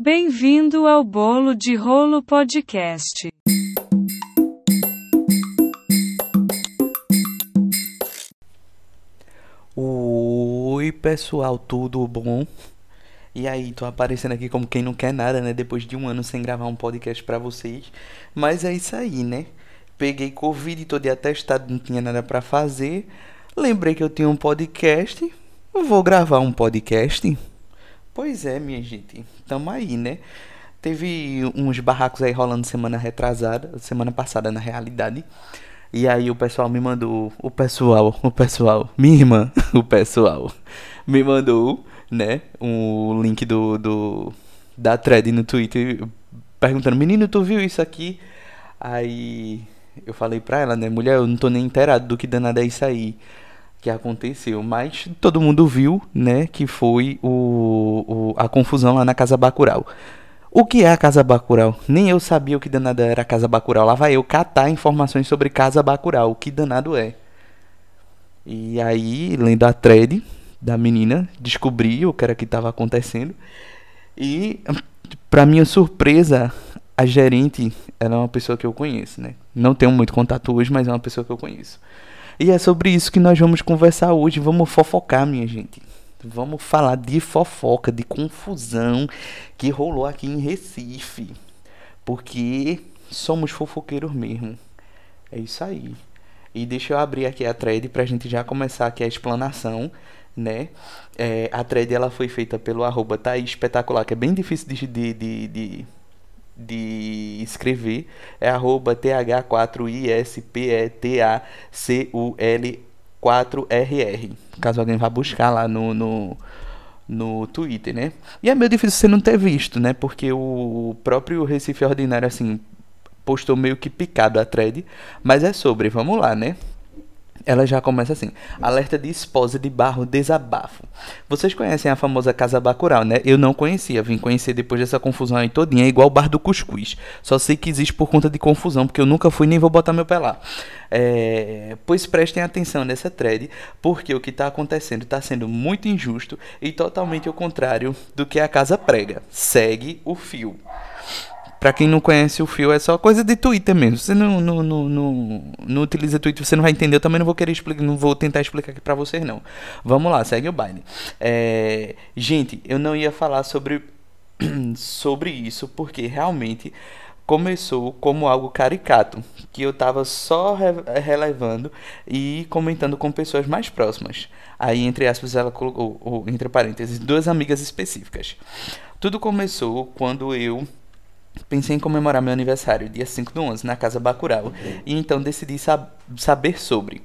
Bem-vindo ao Bolo de Rolo Podcast. Oi, pessoal, tudo bom? E aí, tô aparecendo aqui como quem não quer nada, né? Depois de um ano sem gravar um podcast pra vocês. Mas é isso aí, né? Peguei Covid, tô de atestado, não tinha nada pra fazer. Lembrei que eu tinha um podcast. Vou gravar um podcast. Pois é, minha gente. Tamo aí, né? Teve uns barracos aí rolando semana retrasada, semana passada na realidade. E aí o pessoal me mandou, minha irmã, o pessoal me mandou, né, um link da thread no Twitter perguntando, menino, tu viu isso aqui? Aí eu falei pra ela, né, mulher, eu não tô nem inteirado do que danado é isso aí que aconteceu, mas todo mundo viu, né, que foi a confusão lá na Casa Bacurau. O que é a Casa Bacurau? Nem eu sabia o que danado era a Casa Bacurau. Lá vai eu catar informações sobre Casa Bacurau. O que danado é? E aí, lendo a thread da menina, descobri o que era que estava acontecendo. E, pra minha surpresa, a gerente, ela é uma pessoa que eu conheço, né? Não tenho muito contato hoje, mas é uma pessoa que eu conheço. E é sobre isso que nós vamos conversar hoje. Vamos fofocar, minha gente. Vamos falar de fofoca, de confusão que rolou aqui em Recife. Porque somos fofoqueiros mesmo. É isso aí. E deixa eu abrir aqui a thread pra gente já começar aqui a explanação, né? A thread ela foi feita pelo @Thaís Espetacular, que é bem difícil de escrever. É @TH4ISPETACUL4RR. Caso alguém vá buscar lá no Twitter, né? E é meio difícil você não ter visto, né? Porque o próprio Recife Ordinário, assim, postou meio que picado a thread. Mas é sobre, vamos lá, né? Ela já começa assim: alerta de esposa de Barro desabafo. Vocês conhecem a famosa Casa Bacurau, né? Eu não conhecia, vim conhecer depois dessa confusão aí todinha, é igual o Bar do Cuscuz. Só sei que existe por conta de confusão, porque eu nunca fui nem vou botar meu pé lá. Pois prestem atenção nessa thread, porque o que está acontecendo está sendo muito injusto e totalmente ao contrário do que a casa prega. Segue o fio. Pra quem não conhece o fio, é só coisa de Twitter mesmo. Você não utiliza Twitter, você não vai entender. Eu também não vou querer explicar, não vou tentar explicar aqui pra vocês, não. Vamos lá, segue o baile. Gente, eu não ia falar sobre isso, porque realmente começou como algo caricato, que eu tava só relevando e comentando com pessoas mais próximas. Aí, entre aspas, ela colocou, ou, entre parênteses, duas amigas específicas. Tudo começou quando eu pensei em comemorar meu aniversário, dia 5/11, na Casa Bacurau, e então decidi saber sobre.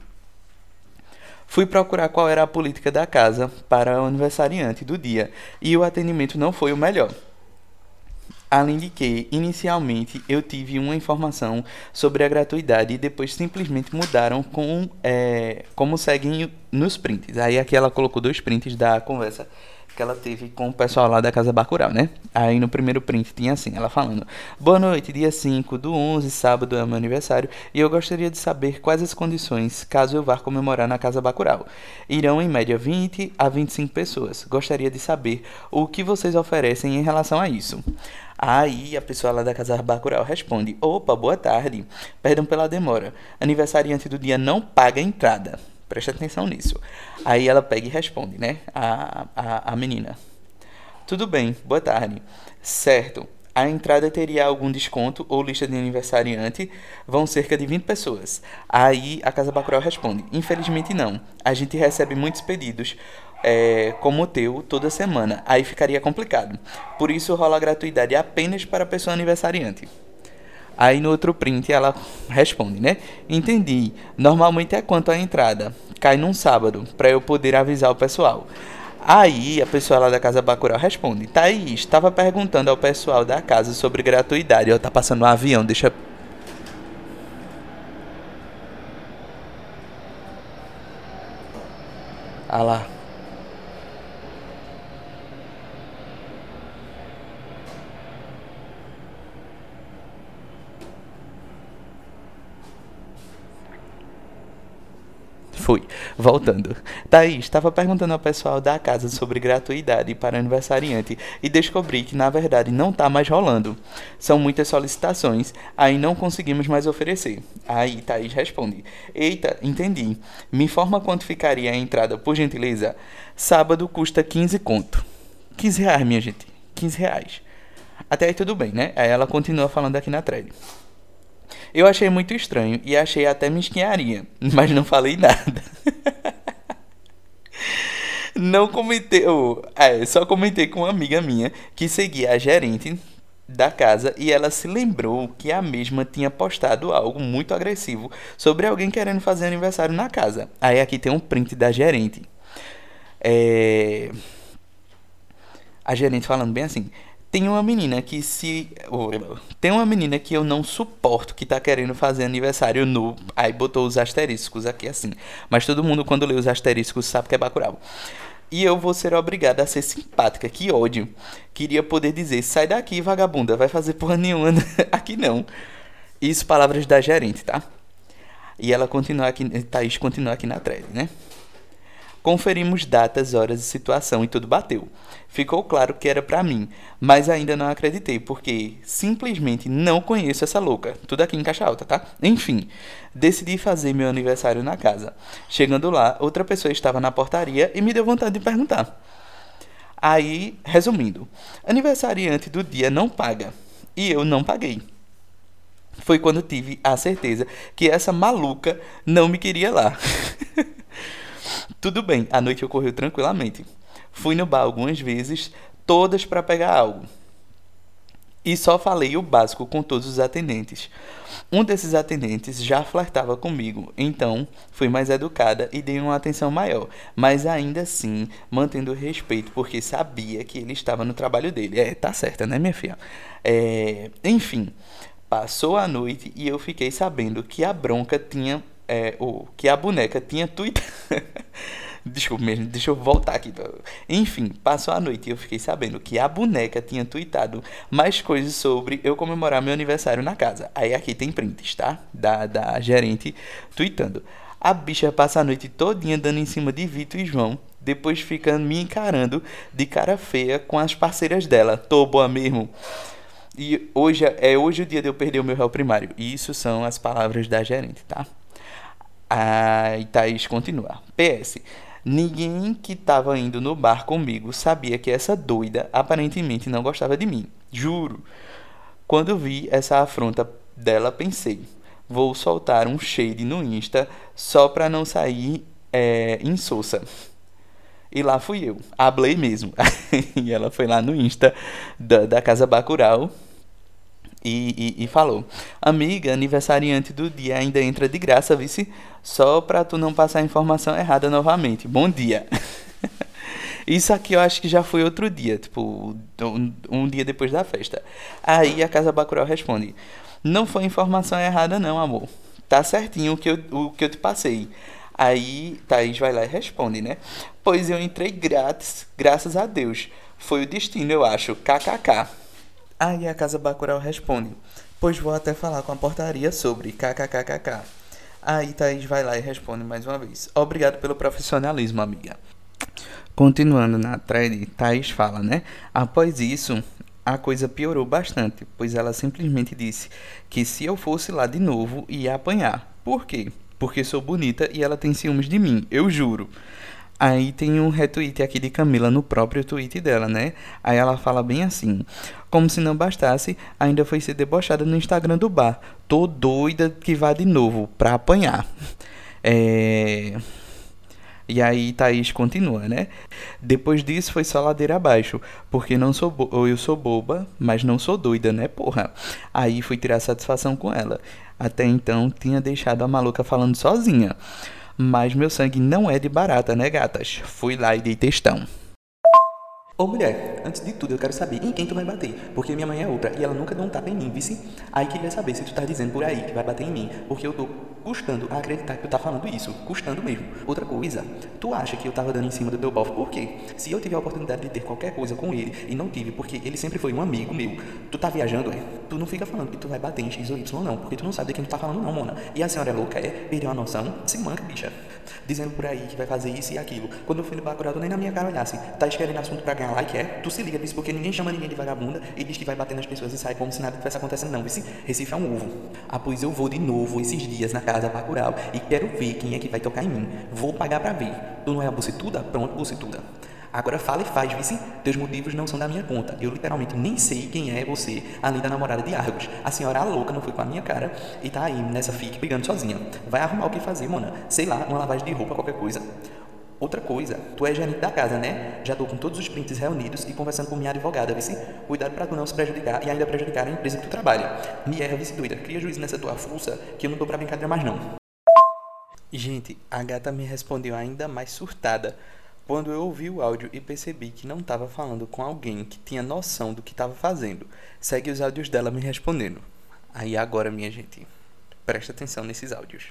Fui procurar qual era a política da casa para o aniversariante do dia, e o atendimento não foi o melhor. Além de que, inicialmente, eu tive uma informação sobre a gratuidade e depois simplesmente mudaram como seguem nos prints. Aí aqui ela colocou 2 prints da conversa que ela teve com o pessoal lá da Casa Bacurau, né? Aí no primeiro print tinha assim, ela falando: boa noite, dia 5/11, sábado é meu aniversário, e eu gostaria de saber quais as condições caso eu vá comemorar na Casa Bacurau. Irão em média 20 a 25 pessoas. Gostaria de saber o que vocês oferecem em relação a isso. Aí a pessoa lá da Casa Bacurau responde: opa, boa tarde. Perdão pela demora. Aniversariante do dia não paga entrada. Preste atenção nisso. Aí ela pega e responde, né? A menina: tudo bem, boa tarde. Certo. A entrada teria algum desconto ou lista de aniversariante? Vão cerca de 20 pessoas. Aí a Casa Bacurau responde: infelizmente não. A gente recebe muitos pedidos. Como o teu, toda semana. Aí ficaria complicado. Por isso rola a gratuidade apenas para a pessoa aniversariante. Aí no outro print ela responde, né? Entendi. Normalmente é quanto a entrada? Cai num sábado, para eu poder avisar o pessoal. Aí a pessoa lá da Casa Bacurau responde: Thaís, estava perguntando ao pessoal da casa sobre gratuidade. Ó, tá passando um avião, deixa. Ah lá. Fui. Voltando. Thaís estava perguntando ao pessoal da casa sobre gratuidade para aniversariante e descobri que na verdade não tá mais rolando. São muitas solicitações, aí não conseguimos mais oferecer. Aí Thaís responde: Eita, entendi. Me informa quanto ficaria a entrada, por gentileza? Sábado custa 15 conto. 15 reais, minha gente. 15 reais. Até aí tudo bem, né? Aí ela continua falando aqui na thread. Eu achei muito estranho e achei até mesquinharia, mas não falei nada. Não comentei, só comentei com uma amiga minha que seguia a gerente da casa e ela se lembrou que a mesma tinha postado algo muito agressivo sobre alguém querendo fazer aniversário na casa. Aí aqui tem um print da gerente. A gerente falando bem assim: tem uma menina que tem uma menina que eu não suporto que tá querendo fazer aniversário no. Aí botou os asteriscos aqui assim. Mas todo mundo quando lê os asteriscos sabe que é Bacurau. E eu vou ser obrigada a ser simpática. Que ódio. Queria poder dizer: sai daqui, vagabunda, vai fazer porra nenhuma aqui não. Isso, palavras da gerente, tá? E ela continua aqui, Thaís continua aqui na thread, né? Conferimos datas, horas e situação e tudo bateu. Ficou claro que era pra mim, mas ainda não acreditei, porque simplesmente não conheço essa louca. Tudo aqui em caixa alta, tá? Enfim, decidi fazer meu aniversário na casa. Chegando lá, outra pessoa estava na portaria e me deu vontade de perguntar. Aí, resumindo, aniversariante do dia não paga. E eu não paguei. Foi quando tive a certeza que essa maluca não me queria lá. Tudo bem, a noite ocorreu tranquilamente. Fui no bar algumas vezes, todas para pegar algo. E só falei o básico com todos os atendentes. Um desses atendentes já flertava comigo, então fui mais educada e dei uma atenção maior, mas ainda assim mantendo respeito, porque sabia que ele estava no trabalho dele. Tá certa, né, minha filha? Enfim, passou a noite e eu fiquei sabendo que a bronca tinha... que a boneca tinha tweetado. Desculpa mesmo, deixa eu voltar aqui. Enfim, passou a noite e eu fiquei sabendo que a boneca tinha tweetado mais coisas sobre eu comemorar meu aniversário na casa. Aí aqui tem prints, tá? Da gerente tweetando. A bicha passa a noite todinha dando em cima de Vitor e João, depois fica me encarando de cara feia com as parceiras dela. Tô boa mesmo. E hoje o dia de eu perder o meu réu primário. E isso são as palavras da gerente, tá? Aí Thaís continua. PS. Ninguém que tava indo no bar comigo sabia que essa doida aparentemente não gostava de mim. Juro. Quando vi essa afronta dela, pensei: vou soltar um shade no Insta só pra não sair insossa. E lá fui eu. Hablei mesmo. E ela foi lá no Insta da Casa Bacurau. E falou: amiga, aniversariante do dia ainda entra de graça, vice, só pra tu não passar a informação errada novamente. Bom dia. Isso aqui eu acho que já foi outro dia, tipo, um dia depois da festa. Aí a Casa Bacurau responde: não foi informação errada não, amor. Tá certinho o que eu te passei. Aí Thaís vai lá e responde, né? Pois eu entrei grátis, graças a Deus. Foi o destino, eu acho. KKK. Aí a Casa Bacurau responde: pois vou até falar com a portaria sobre kkkk. Aí Thaís vai lá e responde mais uma vez: obrigado pelo profissionalismo, amiga. Continuando na thread, Thaís fala, né? Após isso, a coisa piorou bastante, pois ela simplesmente disse que se eu fosse lá de novo, ia apanhar. Por quê? Porque sou bonita e ela tem ciúmes de mim, eu juro. Aí tem um retweet aqui de Camila no próprio tweet dela, né? Aí ela fala bem assim: como se não bastasse, ainda foi ser debochada no Instagram do bar. Tô doida que vá de novo pra apanhar. E aí Thaís continua, né? Depois disso foi só ladeira abaixo, porque não sou eu sou boba, mas não sou doida, né, porra? Aí fui tirar satisfação com ela. Até então tinha deixado a maluca falando sozinha. Mas meu sangue não é de barata, né, gatas? Fui lá e dei textão. Ô mulher, antes de tudo eu quero saber em quem tu vai bater, porque minha mãe é outra e ela nunca deu um tapa em mim, vice? Aí queria saber se tu tá dizendo por aí que vai bater em mim, porque eu tô custando a acreditar que tu tá falando isso, custando mesmo. Outra coisa, tu acha que eu tava dando em cima do teu bofe por quê? Se eu tive a oportunidade de ter qualquer coisa com ele e não tive porque ele sempre foi um amigo meu, tu tá viajando, é? Tu não fica falando que tu vai bater em X ou Y não, porque tu não sabe de quem tu tá falando não, mona. E a senhora é louca, é? Perdeu a noção? Se manca, bicha. Dizendo por aí que vai fazer isso e aquilo. Quando eu fui no Bacurau, tu nem na minha cara olhasse. Tá querendo assunto pra ganhar like, é? Tu se liga disso porque ninguém chama ninguém de vagabunda e diz que vai bater nas pessoas e sai como se nada tivesse acontecendo não. Recife é um ovo. Ah, pois eu vou de novo esses dias na casa Bacurau e quero ver quem é que vai tocar em mim. Vou pagar pra ver. Tu não é a bucituda? Pronto, bucituda. Agora fala e faz, vice. Teus motivos não são da minha conta. Eu literalmente nem sei quem é você, além da namorada de Argos. A senhora louca não foi com a minha cara e tá aí nessa fique brigando sozinha. Vai arrumar o que fazer, mona. Sei lá, uma lavagem de roupa, qualquer coisa. Outra coisa, tu é gerente da casa, né? Já tô com todos os prints reunidos e conversando com minha advogada, vice. Cuidado pra tu não se prejudicar e ainda prejudicar a empresa que tu trabalha. Me erra, vice doida. Cria juízo nessa tua fuça que eu não tô pra brincadeira mais não. Gente, a gata me respondeu ainda mais surtada. Quando eu ouvi o áudio e percebi que não estava falando com alguém que tinha noção do que estava fazendo, segue os áudios dela me respondendo. Aí agora, minha gente, presta atenção nesses áudios.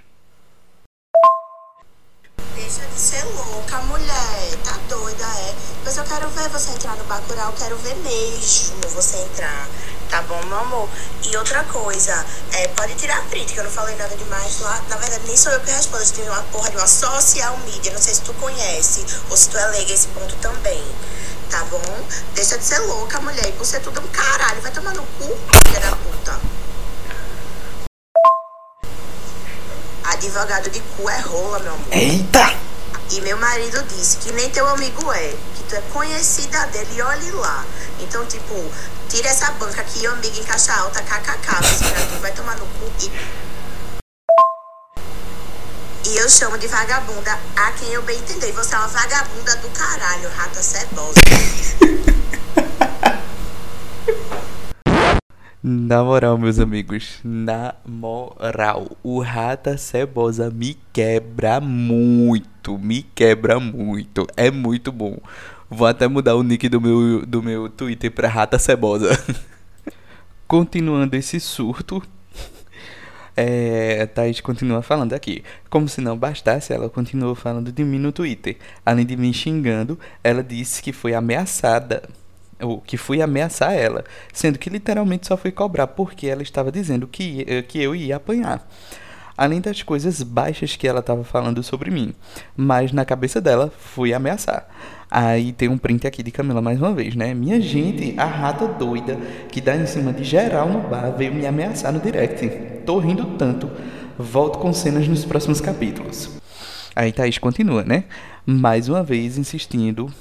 Deixa de ser louca, mulher. Tá doida, é? Pois eu quero ver você entrar no Bacurau, quero ver mesmo você entrar. Tá bom, meu amor? E outra coisa, pode tirar print, que eu não falei nada demais lá. Na verdade, nem sou eu que respondo. Eu tenho uma porra de uma social media. Não sei se tu conhece ou se tu é leiga esse ponto também. Tá bom? Deixa de ser louca, mulher. E por ser tudo um caralho. Vai tomar no cu, filha da puta. Advogado de cu é rola, meu amor. Eita! E meu marido disse que nem teu amigo é, que tu é conhecida dele e olhe lá. Então, tipo, tira essa banca aqui, amiga em caixa alta, kkk, mas tu vai tomar no cu e eu chamo de vagabunda a quem eu bem entender. Você é uma vagabunda do caralho, rata cebosa. Na moral, meus amigos, na moral, o Rata Cebosa me quebra muito, é muito bom. Vou até mudar o nick do meu Twitter pra Rata Cebosa. Continuando esse surto, Thaís continua falando aqui. Como se não bastasse, ela continuou falando de mim no Twitter. Além de me xingando, ela disse que foi ameaçada. Ou que fui ameaçar ela, sendo que literalmente só fui cobrar porque ela estava dizendo que eu ia apanhar. Além das coisas baixas que ela estava falando sobre mim, mas na cabeça dela fui ameaçar. Aí tem um print aqui de Camila mais uma vez, né? Minha gente, a rata doida que dá em cima de geral no bar veio me ameaçar no direct. Tô rindo tanto. Volto com cenas nos próximos capítulos. Aí Thaís continua, né? Mais uma vez insistindo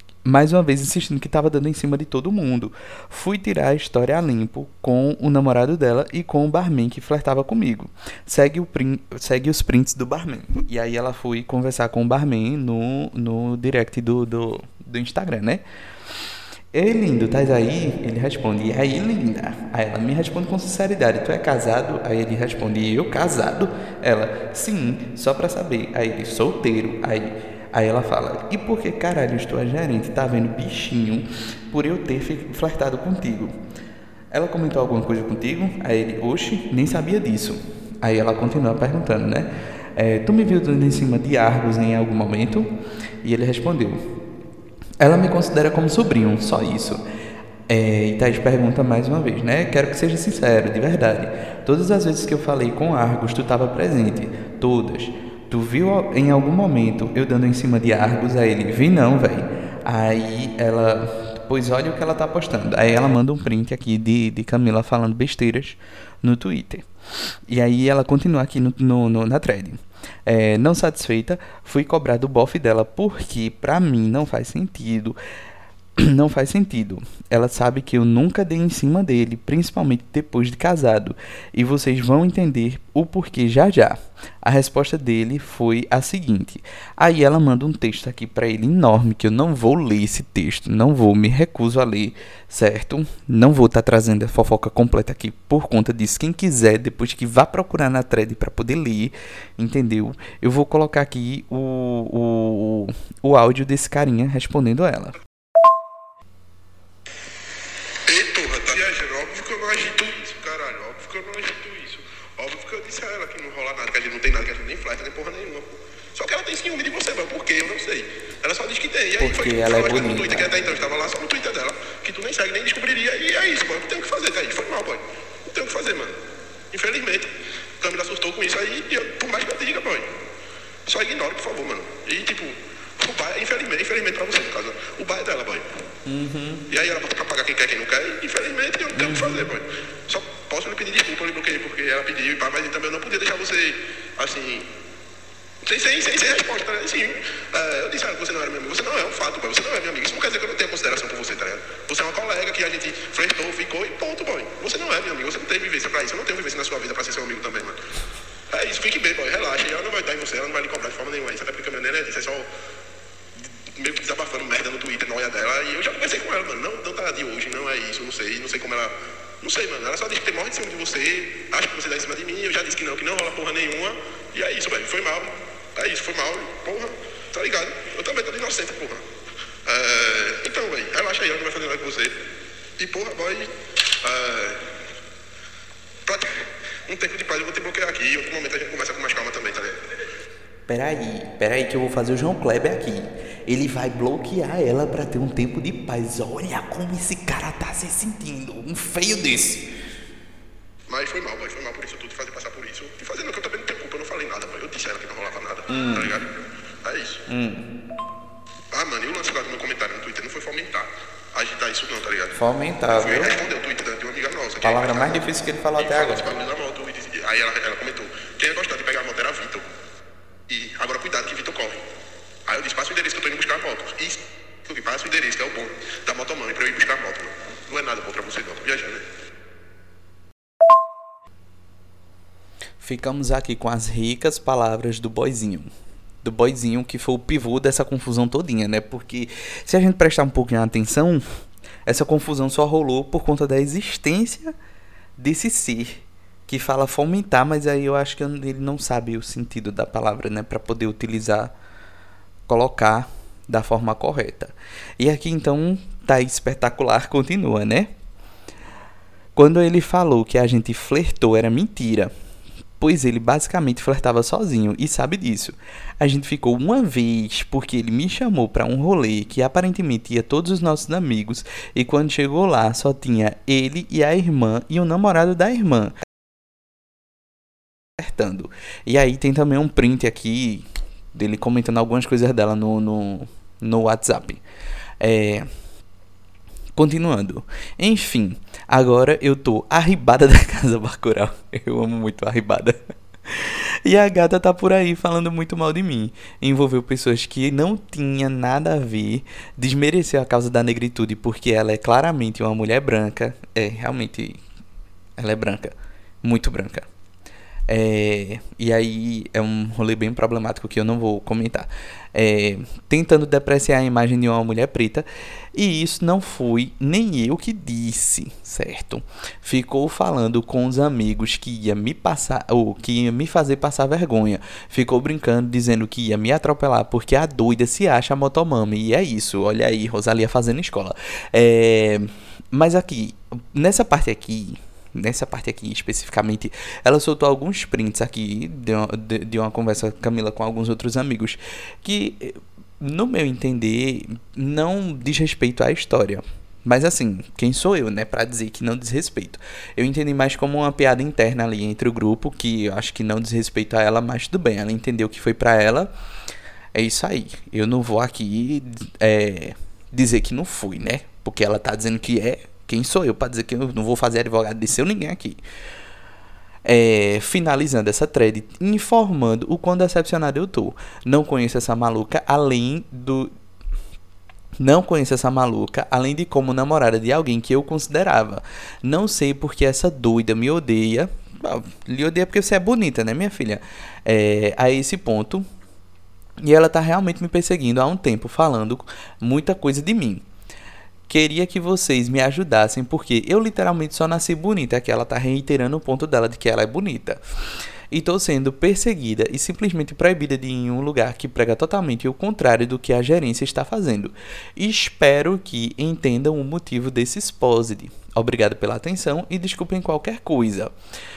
que estava dando em cima de todo mundo. Fui tirar a história a limpo com o namorado dela e com o barman que flertava comigo. Segue os prints do barman. E aí ela foi conversar com o barman no direct do Instagram, né? Ei, lindo, tá aí? Ele responde, e aí, linda? Aí ela me responde com sinceridade, tu é casado? Aí ele responde, eu casado? Ela, sim, só pra saber. Aí ele, solteiro. Aí ela fala, e por que caralho tua gerente tá vendo bichinho por eu ter flertado contigo? Ela comentou alguma coisa contigo? Aí ele, oxe, nem sabia disso. Aí ela continua perguntando, né? Tu me viu dando em cima de Argos em algum momento? E ele respondeu, ela me considera como sobrinho, só isso. E Thaís pergunta mais uma vez, né? Quero que seja sincero, de verdade. Todas as vezes que eu falei com Argos, tu estava presente. Todas. Tu viu em algum momento eu dando em cima de Argos? Aí ele, vi não, velho. Aí ela, pois olha o que ela tá postando. Aí ela manda um print aqui de Camila falando besteiras no Twitter. E aí ela continua aqui na thread. Não satisfeita, fui cobrar do bofe dela porque pra mim não faz sentido. Não faz sentido. Ela sabe que eu nunca dei em cima dele, principalmente depois de casado. E vocês vão entender o porquê já já. A resposta dele foi a seguinte. Aí ela manda um texto aqui pra ele enorme, que eu não vou ler esse texto. Não vou, me recuso a ler, certo? Não vou estar trazendo a fofoca completa aqui por conta disso. Quem quiser, depois que vá procurar na thread pra poder ler, entendeu? Eu vou colocar aqui o áudio desse carinha respondendo a ela. viajando. Óbvio que eu não agito isso, caralho. Óbvio que eu não agito isso. Óbvio que eu disse a ela que não rola nada, que a gente não tem nada, que a gente nem flerta, nem porra nenhuma, pô. Só que ela tem ciúme de você, mano. Por quê? Eu não sei. Ela só diz que tem. E aí Porque foi ela é no bonita. Twitter, que até então estava lá só no Twitter dela, que tu nem segue, nem descobriria. E é isso, mano. Não tem o que fazer, tá aí. Foi mal, boy. Não tem o que fazer, mano. Infelizmente, Camila surtou com isso aí, e eu, por mais que eu diga, boy, só ignore, por favor, mano. E tipo, o bar, infelizmente pra você, no caso, o bar é dela, boy. E aí ela bota pra pagar quem quer, quem não quer, e infelizmente eu não tenho o que fazer, boy. Só posso lhe pedir desculpa, eu lhe bloqueei porque ela pediu e pá, mas também eu não podia deixar você, assim, sem resposta, né? Assim, eu disse a ela que você não era minha amiga, você não é um fato, boy, você não é minha amiga, isso não quer dizer que eu não tenha consideração por você, tá ligado? Você é uma colega que a gente flertou, ficou e ponto, boy. Você não é minha amiga, você não tem vivência pra isso, eu não tenho vivência na sua vida pra ser seu amigo também, mano. É isso, fique bem, boy, relaxa, e ela não vai dar em você, ela não vai lhe cobrar de forma nenhuma, isso até porque a caminhoneira disse, é só meio que desabafando merda no Twitter, na olha dela, e eu já conversei com ela, mano, não tá de hoje, não é isso, não sei como ela, não sei, mano, ela só disse que tem morre de cima de você, acha que você dá em cima de mim, eu já disse que não rola porra nenhuma, e é isso, velho, foi mal, é isso, foi mal, porra, tá ligado, eu também tô inocente, porra, então, velho, relaxa aí, ela não vai fazer nada com você, e porra, boy, pra um tempo de paz eu vou te bloquear aqui, em outro momento a gente conversa com mais calma também, tá ligado? Peraí que eu vou fazer o João Kleber aqui. Ele vai bloquear ela pra ter um tempo de paz. Olha como esse cara tá se sentindo. Um feio desse. Mas foi mal por isso tudo, fazer passar por isso. E fazendo que eu também não tenho culpa, eu não falei nada, boy. Eu disse a ela que não rolava nada, tá ligado? É isso. Ah, mano, e o lance lá do meu comentário no Twitter não foi fomentar, agitar isso não, tá ligado? Fomentar, Foi viu? responder o Twitter de uma amiga nossa. Palavra mais difícil que ele falou até agora. Aí ela comentou, quem ia gostar de pegar a moto era Vitor. E agora cuidado que Vitor corre. Aí eu disse, passa o endereço que eu tô indo buscar a moto. Isso, passa o endereço que é o bom da motomami pra eu ir buscar a moto, mano. Não é nada bom pra você não, tô viajando, né? Ficamos aqui com as ricas palavras do boyzinho. Do boyzinho que foi o pivô dessa confusão todinha, né? Porque se a gente prestar um pouquinho de atenção, essa confusão só rolou por conta da existência desse ser que fala fomentar, mas aí eu acho que ele não sabe o sentido da palavra, né? Pra poder utilizar, colocar da forma correta. E aqui então, tá espetacular, continua, né? Quando ele falou que a gente flertou era mentira, pois ele basicamente flertava sozinho e sabe disso. A gente ficou uma vez porque ele me chamou pra um rolê que aparentemente ia todos os nossos amigos e quando chegou lá só tinha ele e a irmã e o namorado da irmã. E aí tem também um print aqui dele comentando algumas coisas dela no WhatsApp. Continuando. Enfim, agora eu tô arribada da casa Bacurau. Eu amo muito a arribada. E a gata tá por aí falando muito mal de mim. Envolveu pessoas que não tinha nada a ver. Desmereceu a causa da negritude porque ela é claramente uma mulher branca. Realmente, ela é branca. Muito branca. E aí é um rolê bem problemático que eu não vou comentar. Tentando depreciar a imagem de uma mulher preta. E isso não foi nem eu que disse, certo? Ficou falando com os amigos que ia me passar, ou que ia me fazer passar vergonha. Ficou brincando, dizendo que ia me atropelar porque a doida se acha motomami. E é isso, olha aí, Rosalia fazendo escola. Mas aqui, nessa parte aqui especificamente, ela soltou alguns prints aqui de uma conversa, Camila, com alguns outros amigos, que, no meu entender, não diz respeito à história. Mas assim, quem sou eu, né, pra dizer que não diz respeito? Eu entendi mais como uma piada interna ali entre o grupo, que eu acho que não diz respeito a ela, mas tudo bem, ela entendeu que foi pra ela, é isso aí. Eu não vou aqui dizer que não fui, né, porque ela tá dizendo que é. Quem sou eu pra dizer que eu não vou fazer advogado de seu ninguém aqui? Finalizando essa thread, informando o quão decepcionado eu tô. Não conheço essa maluca, além de como namorada de alguém que eu considerava. Não sei porque essa doida me odeia. Lhe odeia porque você é bonita, né, minha filha? A esse ponto. E ela tá realmente me perseguindo há um tempo, falando muita coisa de mim. Queria que vocês me ajudassem, porque eu literalmente só nasci bonita. Aqui ela tá reiterando o ponto dela de que ela é bonita. e estou sendo perseguida e simplesmente proibida de ir em um lugar que prega totalmente o contrário do que a gerência está fazendo. Espero que entendam o motivo desse exposed. Obrigado pela atenção e desculpem qualquer coisa.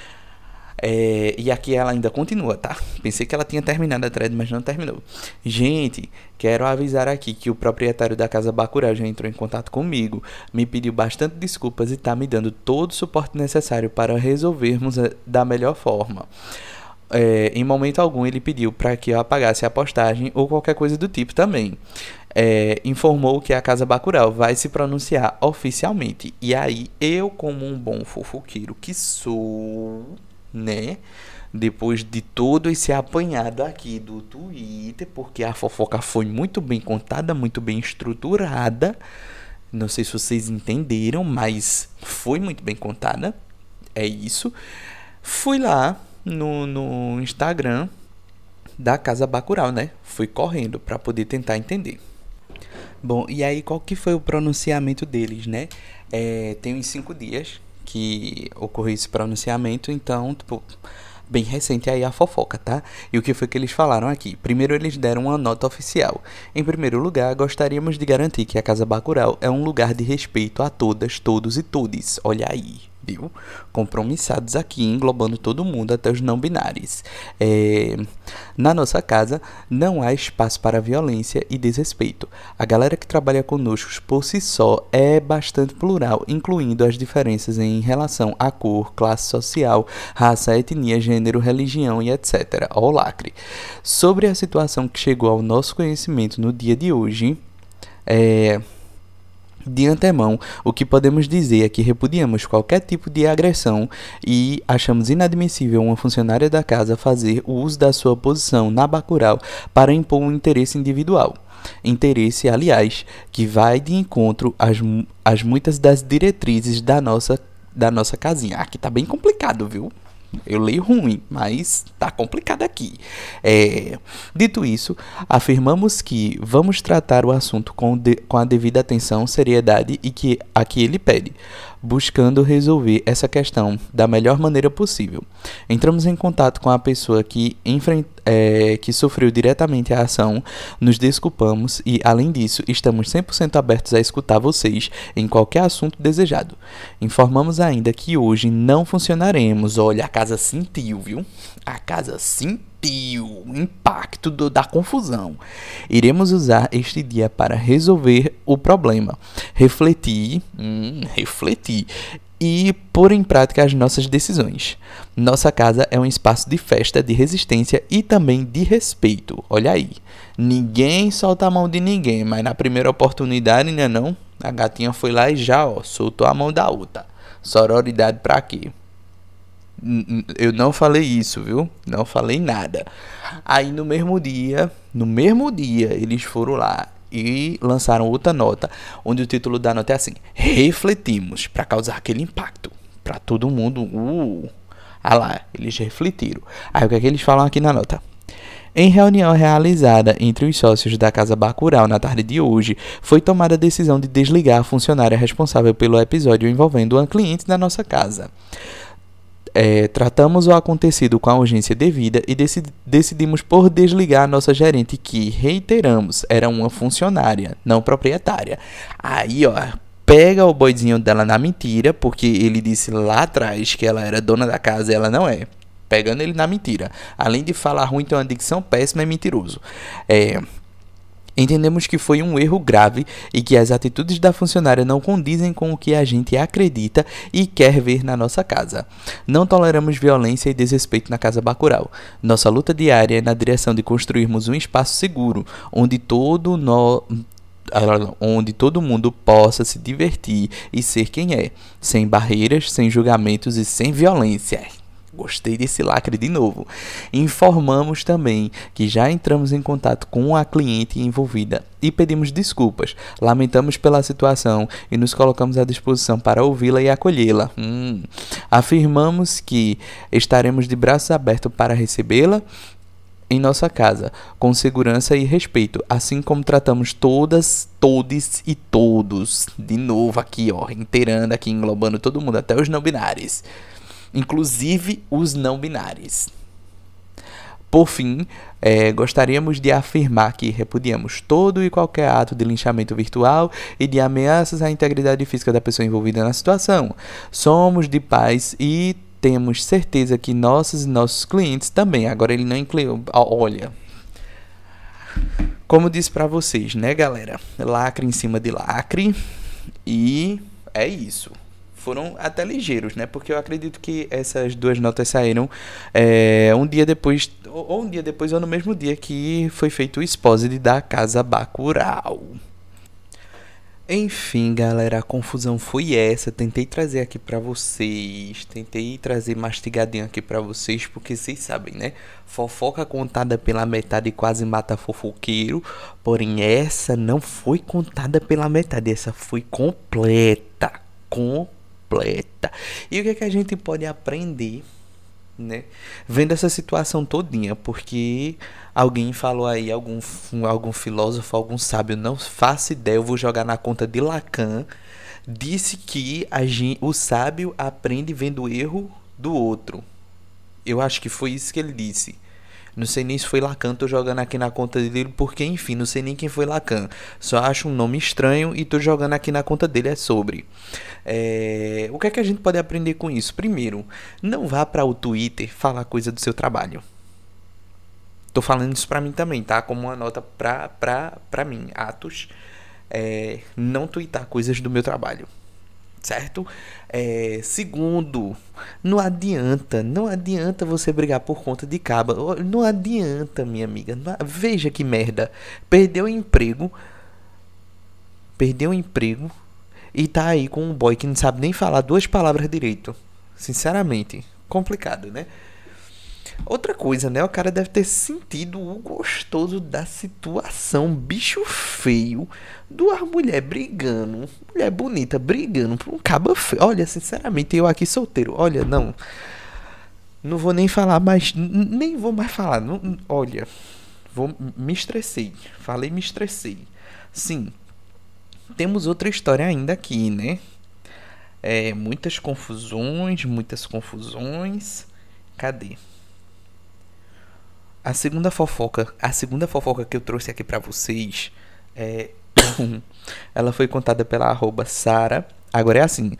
E aqui ela ainda continua, tá? Pensei que ela tinha terminado a thread, mas não terminou. Gente, quero avisar aqui que o proprietário da Casa Bacurau já entrou em contato comigo, me pediu bastante desculpas e tá me dando todo o suporte necessário para resolvermos da melhor forma. Em momento algum ele pediu para que eu apagasse a postagem ou qualquer coisa do tipo também. Informou que a Casa Bacurau vai se pronunciar oficialmente. E aí eu, como um bom fofoqueiro que sou, né, depois de todo esse apanhado aqui do Twitter, porque a fofoca foi muito bem contada, muito bem estruturada, não sei se vocês entenderam, mas foi muito bem contada, é isso. Fui lá no Instagram da Casa Bacurau, né, fui correndo para poder tentar entender. Bom, e aí qual que foi o pronunciamento deles, né? Tem uns 5 dias que ocorreu esse pronunciamento, então, tipo, bem recente aí a fofoca, tá? E o que foi que eles falaram aqui? Primeiro, eles deram uma nota oficial. Em primeiro lugar, gostaríamos de garantir que a Casa Bacurau é um lugar de respeito a todas, todos e todes. Olha aí, viu? Compromissados aqui, englobando todo mundo, até os não binários. Na nossa casa, não há espaço para violência e desrespeito. A galera que trabalha conosco por si só é bastante plural, incluindo as diferenças em relação à cor, classe social, raça, etnia, gênero, religião e etc. Ó o lacre. Sobre a situação que chegou ao nosso conhecimento no dia de hoje, de antemão, o que podemos dizer é que repudiamos qualquer tipo de agressão e achamos inadmissível uma funcionária da casa fazer o uso da sua posição na Bacurau para impor um interesse individual. Interesse, aliás, que vai de encontro às muitas das diretrizes da nossa casinha. Aqui tá bem complicado, viu? Eu leio ruim, mas tá complicado aqui. Dito isso, afirmamos que vamos tratar o assunto com a devida atenção, seriedade e que aqui ele pede, buscando resolver essa questão da melhor maneira possível. Entramos em contato com a pessoa que sofreu diretamente a ação, nos desculpamos e, além disso, estamos 100% abertos a escutar vocês em qualquer assunto desejado. Informamos ainda que hoje não funcionaremos. Olha, a casa sentiu, viu? A casa sentiu o impacto da confusão. Iremos usar este dia para resolver o problema, refletir e pôr em prática as nossas decisões. Nossa casa é um espaço de festa, de resistência e também de respeito. Olha aí, ninguém solta a mão de ninguém, mas na primeira oportunidade, né não? A gatinha foi lá e já, soltou a mão da outra. Sororidade pra quê? Eu não falei isso, viu? Não falei nada. Aí no mesmo dia, eles foram lá e lançaram outra nota, onde o título da nota é assim: refletimos, para causar aquele impacto, para todo mundo. Lá, eles refletiram. Aí o que é que eles falam aqui na nota? Em reunião realizada entre os sócios da Casa Bacurau na tarde de hoje, foi tomada a decisão de desligar a funcionária responsável pelo episódio envolvendo uma cliente da nossa casa. Tratamos o acontecido com a urgência devida e decidimos por desligar a nossa gerente, que, reiteramos, era uma funcionária, não proprietária. Aí, pega o boizinho dela na mentira, porque ele disse lá atrás que ela era dona da casa e ela não é. Pegando ele na mentira. Além de falar ruim, tem uma dicção péssima e mentiroso. Entendemos que foi um erro grave e que as atitudes da funcionária não condizem com o que a gente acredita e quer ver na nossa casa. Não toleramos violência e desrespeito na Casa Bacurau. Nossa luta diária é na direção de construirmos um espaço seguro, onde todo mundo possa se divertir e ser quem é, sem barreiras, sem julgamentos e sem violência. Gostei desse lacre de novo. Informamos também que já entramos em contato com a cliente envolvida e pedimos desculpas. Lamentamos pela situação e nos colocamos à disposição para ouvi-la e acolhê-la. Afirmamos que estaremos de braços abertos para recebê-la em nossa casa, com segurança e respeito, assim como tratamos todas, todes e todos. De novo aqui, inteirando aqui, englobando todo mundo, até os não binários. Inclusive os não binários. Por fim, gostaríamos de afirmar que repudiamos todo e qualquer ato de linchamento virtual e de ameaças à integridade física da pessoa envolvida na situação. Somos de paz e temos certeza que nossos clientes também. Agora ele não incluiu. Olha, como disse pra vocês, né, galera? Lacre em cima de lacre. E é isso. Foram até ligeiros, né? Porque eu acredito que essas duas notas saíram um dia depois, ou um dia depois, ou no mesmo dia que foi feito o exposed da Casa Bacurau. Enfim, galera, a confusão foi essa. Tentei trazer aqui pra vocês. Tentei trazer mastigadinho aqui pra vocês, porque vocês sabem, né? Fofoca contada pela metade quase mata fofoqueiro. Porém, essa não foi contada pela metade. Essa foi completa. E o que é que a gente pode aprender, né, vendo essa situação todinha? Porque alguém falou aí, algum filósofo, algum sábio, não faço ideia, eu vou jogar na conta de Lacan, disse que o sábio aprende vendo o erro do outro. Eu acho que foi isso que ele disse. Não sei nem se foi Lacan, tô jogando aqui na conta dele, porque enfim, não sei nem quem foi Lacan. Só acho um nome estranho e tô jogando aqui na conta dele, é sobre. O que é que a gente pode aprender com isso? Primeiro, não vá para o Twitter falar coisa do seu trabalho. Tô falando isso pra mim também, tá? Como uma nota pra mim. Atos, não twittar coisas do meu trabalho. Certo? Segundo, não adianta você brigar por conta de caba. Não adianta, minha amiga. Veja que merda. Perdeu o emprego e tá aí com um boy que não sabe nem falar duas palavras direito. Sinceramente, complicado, né? Outra coisa, né? O cara deve ter sentido o gostoso da situação. Bicho feio. Duas mulheres brigando. Mulher bonita brigando por um cabo feio. Olha, sinceramente, eu aqui solteiro. Olha, não. Não vou nem falar mais. Nem vou mais falar. Não, olha. Me estressei. Me estressei. Sim. Temos outra história ainda aqui, né? Muitas confusões. Cadê? A segunda fofoca que eu trouxe aqui pra vocês ela foi contada pela @Sara. Agora é assim,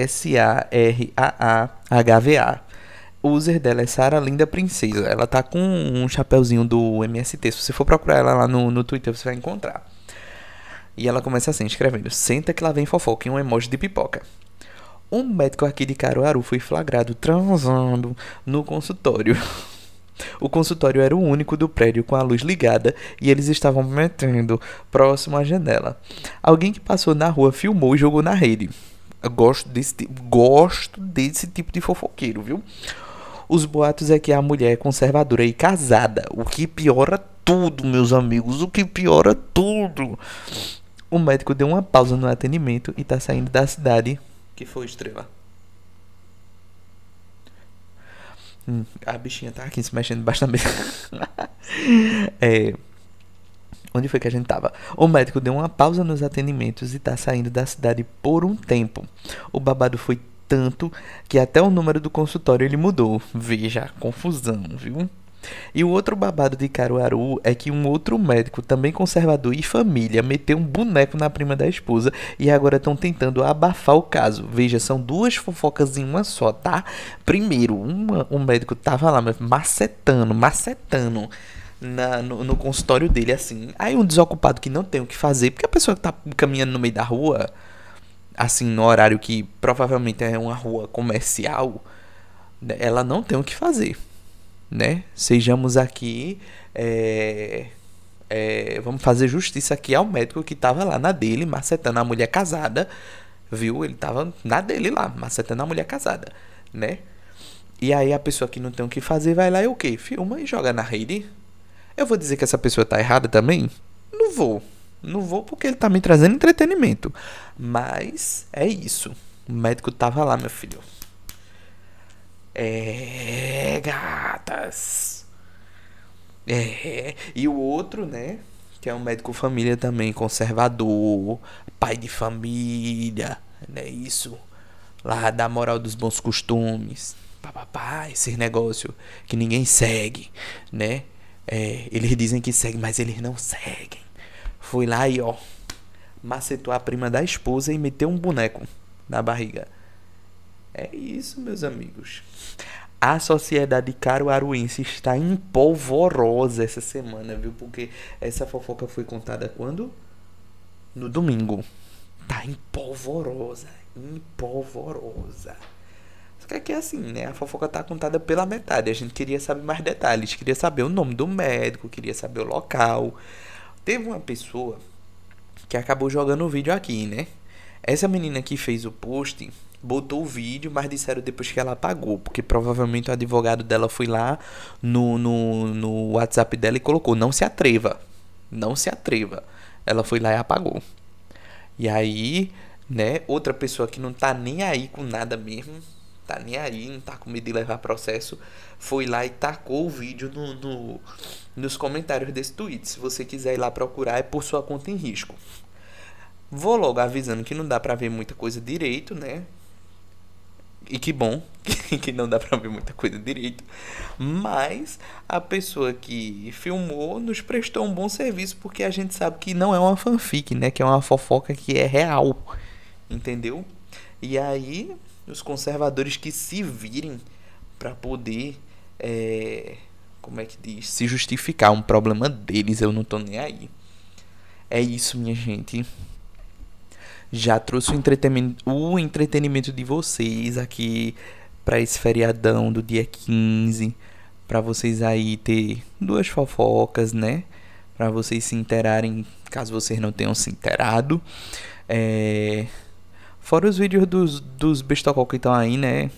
SARAAHVA. O user dela é Sara Linda Princesa. Ela tá com um chapeuzinho do MST. Se você for procurar ela lá no Twitter, você vai encontrar. E ela começa assim, escrevendo: senta que lá vem fofoca, e um emoji de pipoca. Um médico aqui de Caruaru foi flagrado transando no consultório. O consultório era o único do prédio com a luz ligada e eles estavam metendo próximo à janela. Alguém que passou na rua filmou e jogou na rede. Eu gosto desse tipo de fofoqueiro, viu? Os boatos é que a mulher é conservadora e casada, o que piora tudo, meus amigos, o que piora tudo. O médico deu uma pausa no atendimento e tá saindo da cidade. Que foi, Estrela? A bichinha tá aqui se mexendo bastante. Onde foi que a gente tava? O médico deu uma pausa nos atendimentos e tá saindo da cidade por um tempo. O babado foi tanto que até o número do consultório ele mudou. Veja a confusão, viu? E o outro babado de Caruaru é que um outro médico, também conservador e família, meteu um boneco na prima da esposa e agora estão tentando abafar o caso. Veja, são duas fofocas em uma só, tá? Primeiro, um médico tava lá macetando no consultório dele, assim. Aí um desocupado que não tem o que fazer, porque a pessoa que tá caminhando no meio da rua, assim, no horário que provavelmente é uma rua comercial, ela não tem o que fazer, né? Sejamos aqui, vamos fazer justiça aqui ao médico que tava lá na dele, macetando a mulher casada, viu? Ele tava na dele lá, macetando a mulher casada, né? E aí a pessoa que não tem o que fazer vai lá e o quê? Filma e joga na rede. Eu vou dizer que essa pessoa tá errada também? Não vou porque ele tá me trazendo entretenimento. Mas é isso. O médico tava lá, meu filho. Gatas. E o outro, né? Que é um médico família também, conservador, pai de família, né? Isso. Lá da moral dos bons costumes. papapá, esses negócios que ninguém segue, né? Eles dizem que seguem, mas eles não seguem. Foi lá e, ó, macetou a prima da esposa e meteu um boneco na barriga. É isso, meus amigos. A sociedade caruaruense está empolvorosa essa semana, viu? Porque essa fofoca foi contada quando? No domingo. Tá empolvorosa. Só que é assim, né? A fofoca tá contada pela metade. A gente queria saber mais detalhes. Queria saber o nome do médico. Queria saber o local. Teve uma pessoa que acabou jogando o vídeo aqui, né? Essa menina que fez o post botou o vídeo, mas disseram depois que ela apagou, porque provavelmente o advogado dela foi lá no WhatsApp dela e colocou: não se atreva. Ela foi lá e apagou. E aí, né, outra pessoa que não tá nem aí com nada mesmo, tá nem aí, não tá com medo de levar processo, foi lá e tacou o vídeo nos comentários desse tweet. Se você quiser ir lá procurar, é por sua conta em risco. Vou logo avisando que não dá pra ver muita coisa direito, né? E que bom que não dá pra ver muita coisa direito. Mas a pessoa que filmou nos prestou um bom serviço, porque a gente sabe que não é uma fanfic, né? Que é uma fofoca que é real. Entendeu? E aí, os conservadores que se virem pra poder, como é que diz? Se justificar. Um problema deles, eu não tô nem aí. É isso, minha gente. Já trouxe o entretenimento de vocês aqui para esse feriadão do dia 15, para vocês aí ter 2 fofocas, né? Para vocês se interarem, caso vocês não tenham se interado. Fora os vídeos dos bestocol que estão aí, né?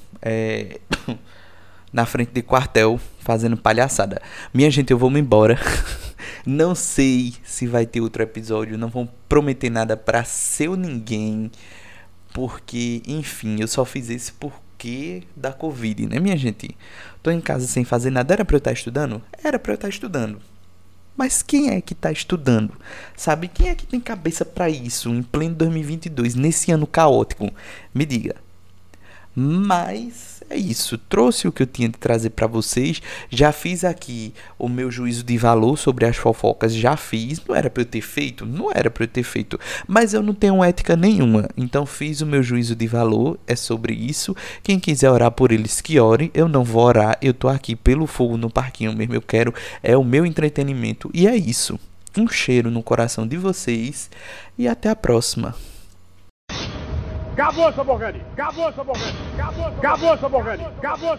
Na frente de quartel, fazendo palhaçada. Minha gente, eu vou me embora. Não sei se vai ter outro episódio. Não vou prometer nada pra seu ninguém. Porque, enfim, eu só fiz esse porque da Covid, né, minha gente? Tô em casa sem fazer nada. Era pra eu estar estudando? Era pra eu estar estudando. Mas quem é que tá estudando? Sabe? Quem é que tem cabeça pra isso em pleno 2022, nesse ano caótico? Me diga. Mas é isso, trouxe o que eu tinha de trazer para vocês. Já fiz aqui o meu juízo de valor sobre as fofocas, já fiz. Não era para eu ter feito? Não era para eu ter feito, mas eu não tenho ética nenhuma, então fiz o meu juízo de valor, é sobre isso. Quem quiser orar por eles, que ore. Eu não vou orar, eu tô aqui pelo fogo no parquinho mesmo. Eu quero, é o meu entretenimento, e é isso. Um cheiro no coração de vocês e até a próxima. Acabou essa porcaria! Acabou essa porcaria! Acabou essa porcaria! Acabou!